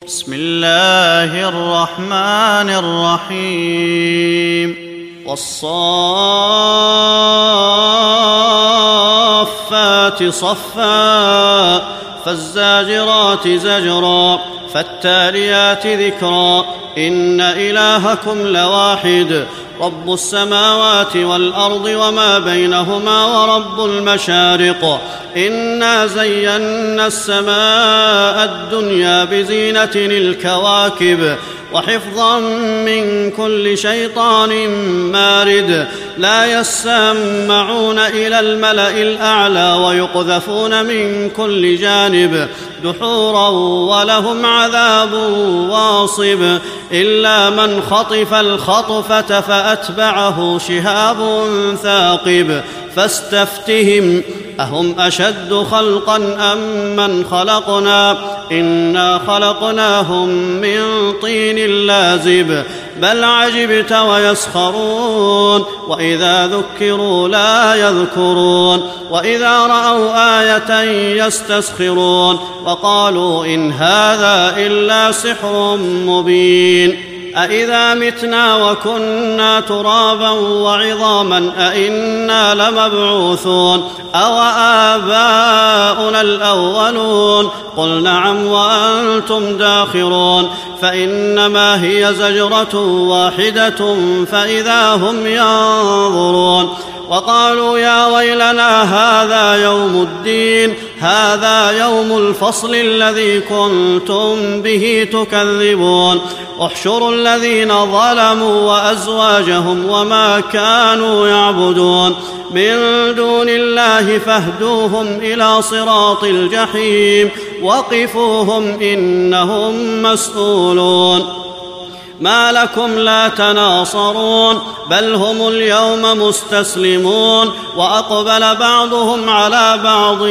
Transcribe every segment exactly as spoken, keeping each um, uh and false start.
بسم الله الرحمن الرحيم والصافات صفا فالزاجرات زجرا فالتاليات ذكرا إن إلهكم لواحد رب السماوات والأرض وما بينهما ورب المشارق إنا زينا السماء الدنيا بزينة الكواكب وحفظا من كل شيطان مارد لا يسمعون إلى الملأ الأعلى ويقذفون من كل جانب دحورا ولهم عذاب واصب إلا من خطف الخطفة فأتبعه شهاب ثاقب فاستفتهم أهم أشد خلقا أم من خلقنا إنا خلقناهم من طين لازب بل عجبت ويسخرون وإذا ذكروا لا يذكرون وإذا رأوا آية يستسخرون وقالوا إن هذا إلا سحر مبين أإذا متنا وكنا ترابا وعظاما أإنا لمبعوثون أو آباؤنا الأولون قل نعم وأنتم داخرون فإنما هي زجرة واحدة فإذا هم ينظرون وقالوا يا ويلنا هذا يوم الدين هذا يوم الفصل الذي كنتم به تكذبون احشروا الذين ظلموا وأزواجهم وما كانوا يعبدون من دون الله فاهدوهم إلى صراط الجحيم وقفوهم إنهم مسؤولون ما لكم لا تناصرون بل هم اليوم مستسلمون وأقبل بعضهم على بعض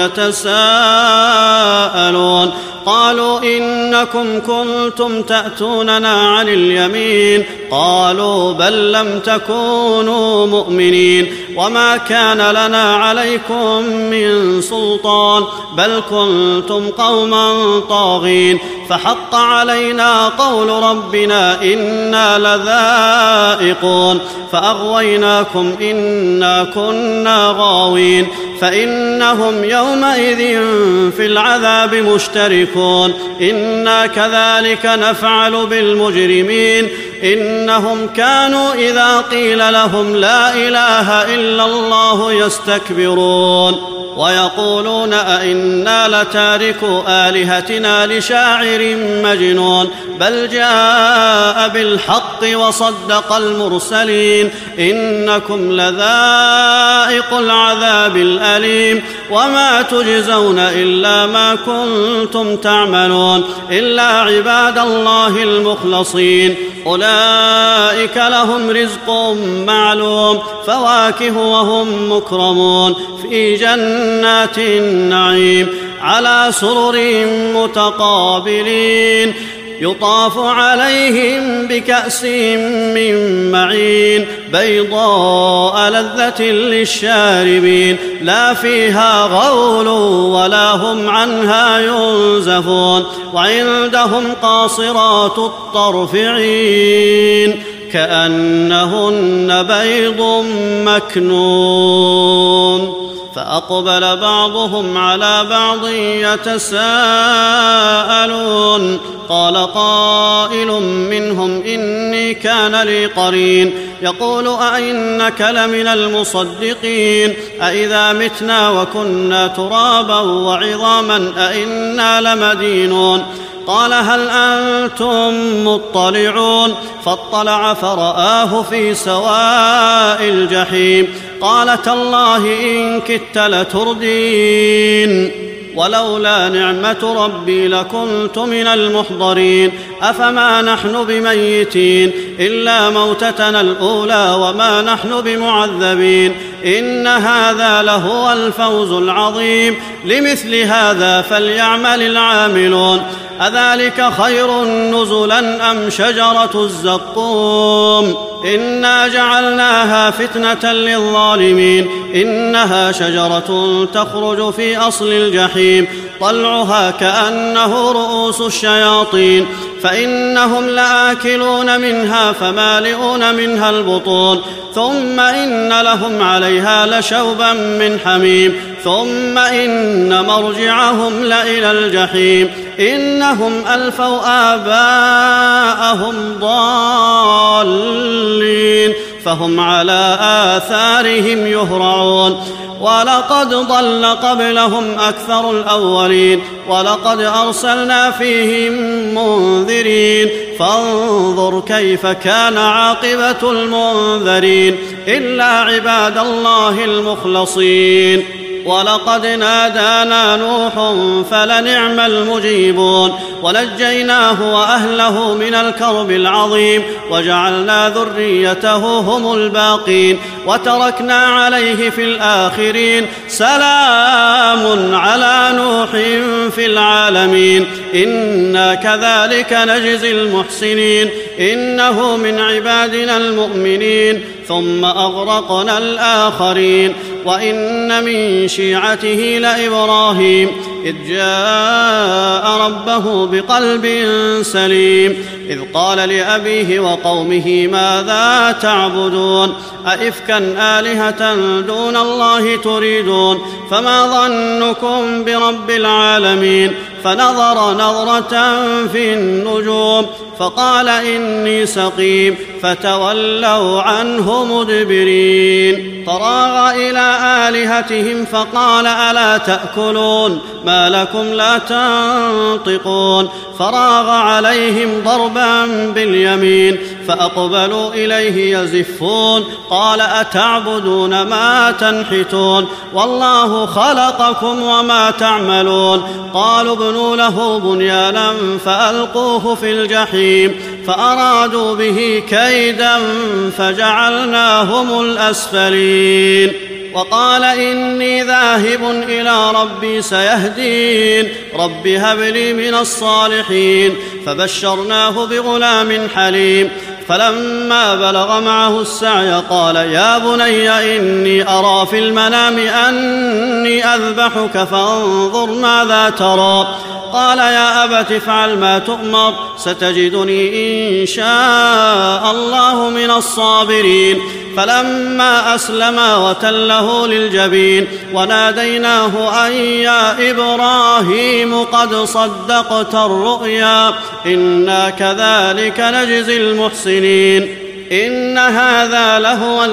يتساءلون قالوا إنكم كنتم تأتوننا عن اليمين قالوا بل لم تكونوا مؤمنين وما كان لنا عليكم من سلطان بل كنتم قوما طاغين فحق علينا قول ربنا إنا لذائقون فأغويناكم إنا كنا غاوين فإنهم يومئذ في العذاب مشتركون إنا كذلك نفعل بالمجرمين إنهم كانوا إذا قيل لهم لا إله إلا الله يستكبرون ويقولون أئنا لتاركو آلهتنا لشاعر مجنون بل جاء بالحق وصدق المرسلين إنكم لذائق العذاب الأليم وما تجزون إلا ما كنتم تعملون إلا عباد الله المخلصين أولئك لهم رزق معلوم فواكه وهم مكرمون في جنات النعيم على سرر متقابلين يطاف عليهم بكأس من معين بيضاء لذة للشاربين لا فيها غول ولا هم عنها ينزفون وعندهم قاصرات الطرف عين كأنهن بيض مكنون فأقبل بعضهم على بعض يتساءلون قال قائل منهم إني كان لي قرين يقول أئنك لمن المصدقين أئذا متنا وكنا ترابا وعظاما أئنا لمدينون قال هل أنتم مطلعون فاطلع فرآه في سواء الجحيم قال تالله إن كدت لتردين ولولا نعمة ربي لكنت من المحضرين أفما نحن بميتين إلا موتتنا الأولى وما نحن بمعذبين إن هذا لهو الفوز العظيم لمثل هذا فليعمل العاملون أذلك خير نزلا أم شجرة الزقوم إنا جعلناها فتنة للظالمين إنها شجرة تخرج في أصل الجحيم طلعها كأنه رؤوس الشياطين فإنهم لآكلون منها فمالئون منها البطون ثم إن لهم عليها لشوبا من حميم ثم إن مرجعهم لإلى الجحيم إنهم ألفوا آباءهم ضالين فهم على آثارهم يهرعون ولقد ضل قبلهم أكثر الأولين ولقد أرسلنا فيهم منذرين فانظر كيف كان عاقبة المنذرين إلا عباد الله المخلصين ولقد نادانا نوح فلنعم المجيبون ونجيناه وأهله من الكرب العظيم وجعلنا ذريته هم الباقين وتركنا عليه في الآخرين سلام على نوح في العالمين إنا كذلك نجزي المحسنين إنه من عبادنا المؤمنين ثم أغرقنا الآخرين وإن من شيعته لإبراهيم إذ جاء ربه بقلب سليم إذ قال لأبيه وقومه ماذا تعبدون أئفكا آلهة دون الله تريدون فما ظنكم برب العالمين فنظر نظرة في النجوم فقال إني سقيم فتولوا عنه مدبرين فراغ إلى آلهتهم فقال ألا تأكلون ما لكم لا تنطقون فراغ عليهم ضربا باليمين فأقبلوا إليه يزفون قال أتعبدون ما تنحتون والله خلقكم وما تعملون قالوا ابنوا له بنيانا فألقوه في الجحيم فأرادوا به كيدا فجعلناهم الأسفلين وقال إني ذاهب إلى ربي سيهدين رب هب لي من الصالحين فبشرناه بغلام حليم فلما بلغ معه السعي قال يا بني إني أرى في المنام أني أذبحك فانظر ماذا ترى قال يا أبت افعل ما تؤمر ستجدني إن شاء الله من الصابرين فلما أسلما وتله للجبين وناديناه أن يا إبراهيم قد صدقت الرؤيا إنا كذلك نجزي المحسنين إن هذا لهو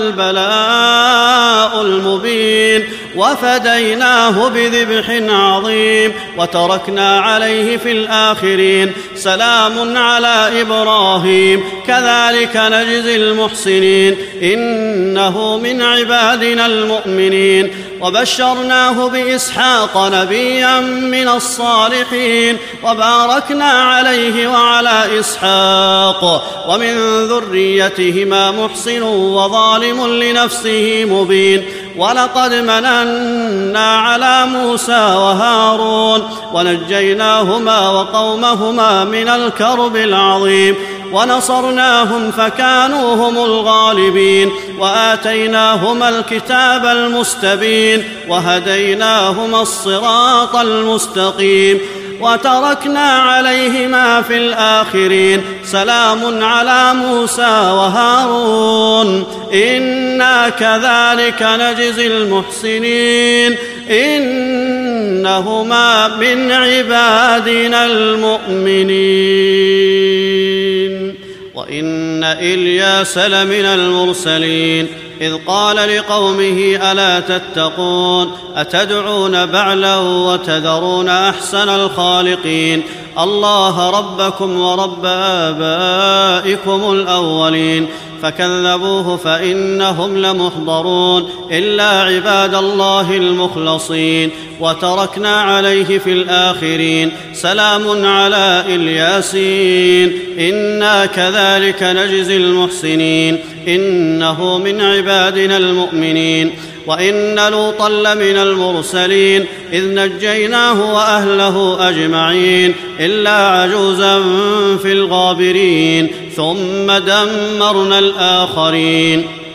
البلاء المبين وفديناه بذبح عظيم وتركنا عليه في الآخرين سلام على إبراهيم كذلك نجزي المحسنين إنه من عبادنا المؤمنين وبشرناه بإسحاق نبيا من الصالحين وباركنا عليه وعلى إسحاق ومن ذريتهما محسن وظالم لنفسه مبين ولقد مننا على موسى وهارون ونجيناهما وقومهما من الكرب العظيم ونصرناهم فكانوا هم الغالبين وآتيناهما الكتاب المستبين وهديناهما الصراط المستقيم وتركنا عليهما في الآخرين سلام على موسى وهارون إنا كذلك نجزي المحسنين إنهما من عبادنا المؤمنين وإن إلياس لمن المرسلين إذ قال لقومه ألا تتقون أتدعون بعلا وتذرون أحسن الخالقين الله ربكم ورب آبائكم الأولين فكذبوه فإنهم لمحضرون إلا عباد الله المخلصين وتركنا عليه في الآخرين سلام على الياسين إنا كذلك نجزي المحسنين إنه من عبادنا المؤمنين وإن لوطا لمن المرسلين إذ نجيناه وأهله أجمعين إلا عجوزا في الغابرين ثم دمرنا الآخرين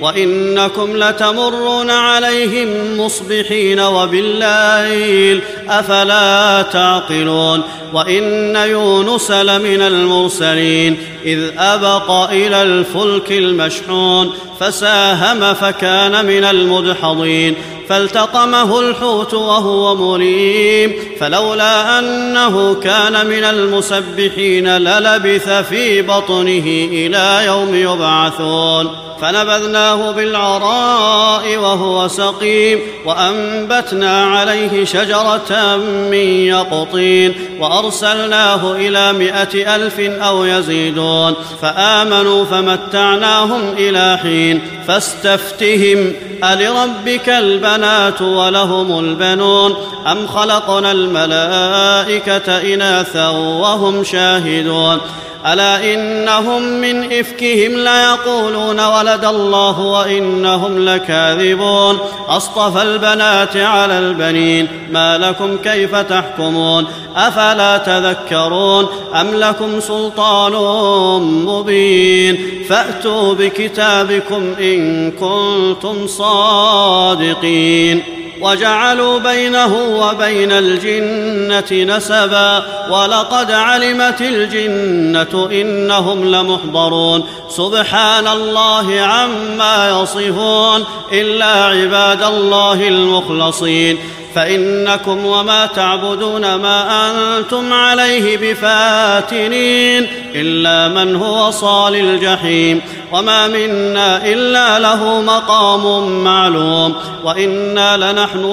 وإنكم لتمرون عليهم مصبحين وبالليل أفلا تعقلون وإن يونس لمن المرسلين إذ أبق إلى الفلك المشحون فساهم فكان من المدحضين فالتقمه الحوت وهو مليم فلولا أنه كان من المسبحين للبث في بطنه إلى يوم يبعثون فنبذناه بالعراء وهو سقيم وأنبتنا عليه شجرة من يقطين وأرسلناه إلى مائة ألف أو يزيدون فآمنوا فمتعناهم إلى حين فاستفتهم ألربك البنات ولهم البنون أم خلقنا الملائكة إناثا وهم شاهدون ألا إنهم من إفكهم ليقولون ولد الله وإنهم لكاذبون أصطفى البنات على البنين ما لكم كيف تحكمون أفلا تذكرون أم لكم سلطان مبين فأتوا بكتابكم إن كنتم صادقين وجعلوا بينه وبين الجنة نسبا ولقد علمت الجنة إنهم لمحضرون سبحان الله عما يصفون إلا عباد الله المخلصين فإنكم وما تعبدون ما أنتم عليه بفاتنين إلا من هو صال الجحيم وما منا إلا له مقام معلوم وإنا لنحن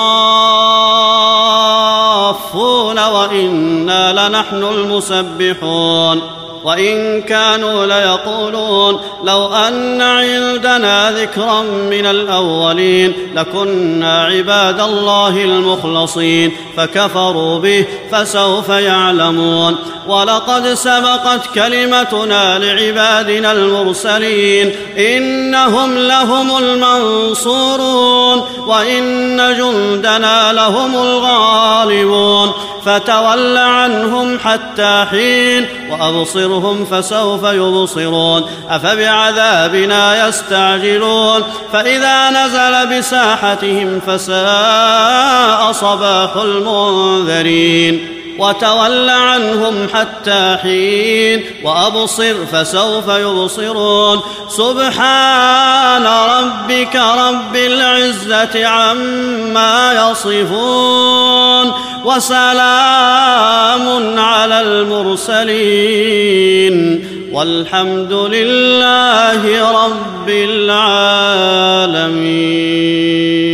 الصافون وإنا لنحن المسبحون وإن كانوا ليقولون لو أن عندنا ذكرا من الأولين لكنا عباد الله المخلصين فكفروا به فسوف يعلمون ولقد سبقت كلمتنا لعبادنا المرسلين إنهم لهم المنصورون وإن جندنا لهم الغالبون فتول عنهم حتى حين وأبصرهم فسوف يبصرون أفبعذابنا يستعجلون فإذا نزل بساحتهم فساء صباح المنذرين وتول عنهم حتى حين وأبصر فسوف يبصرون سبحان ربك رب العزة عما يصفون وسلام على المرسلين والحمد لله رب العالمين.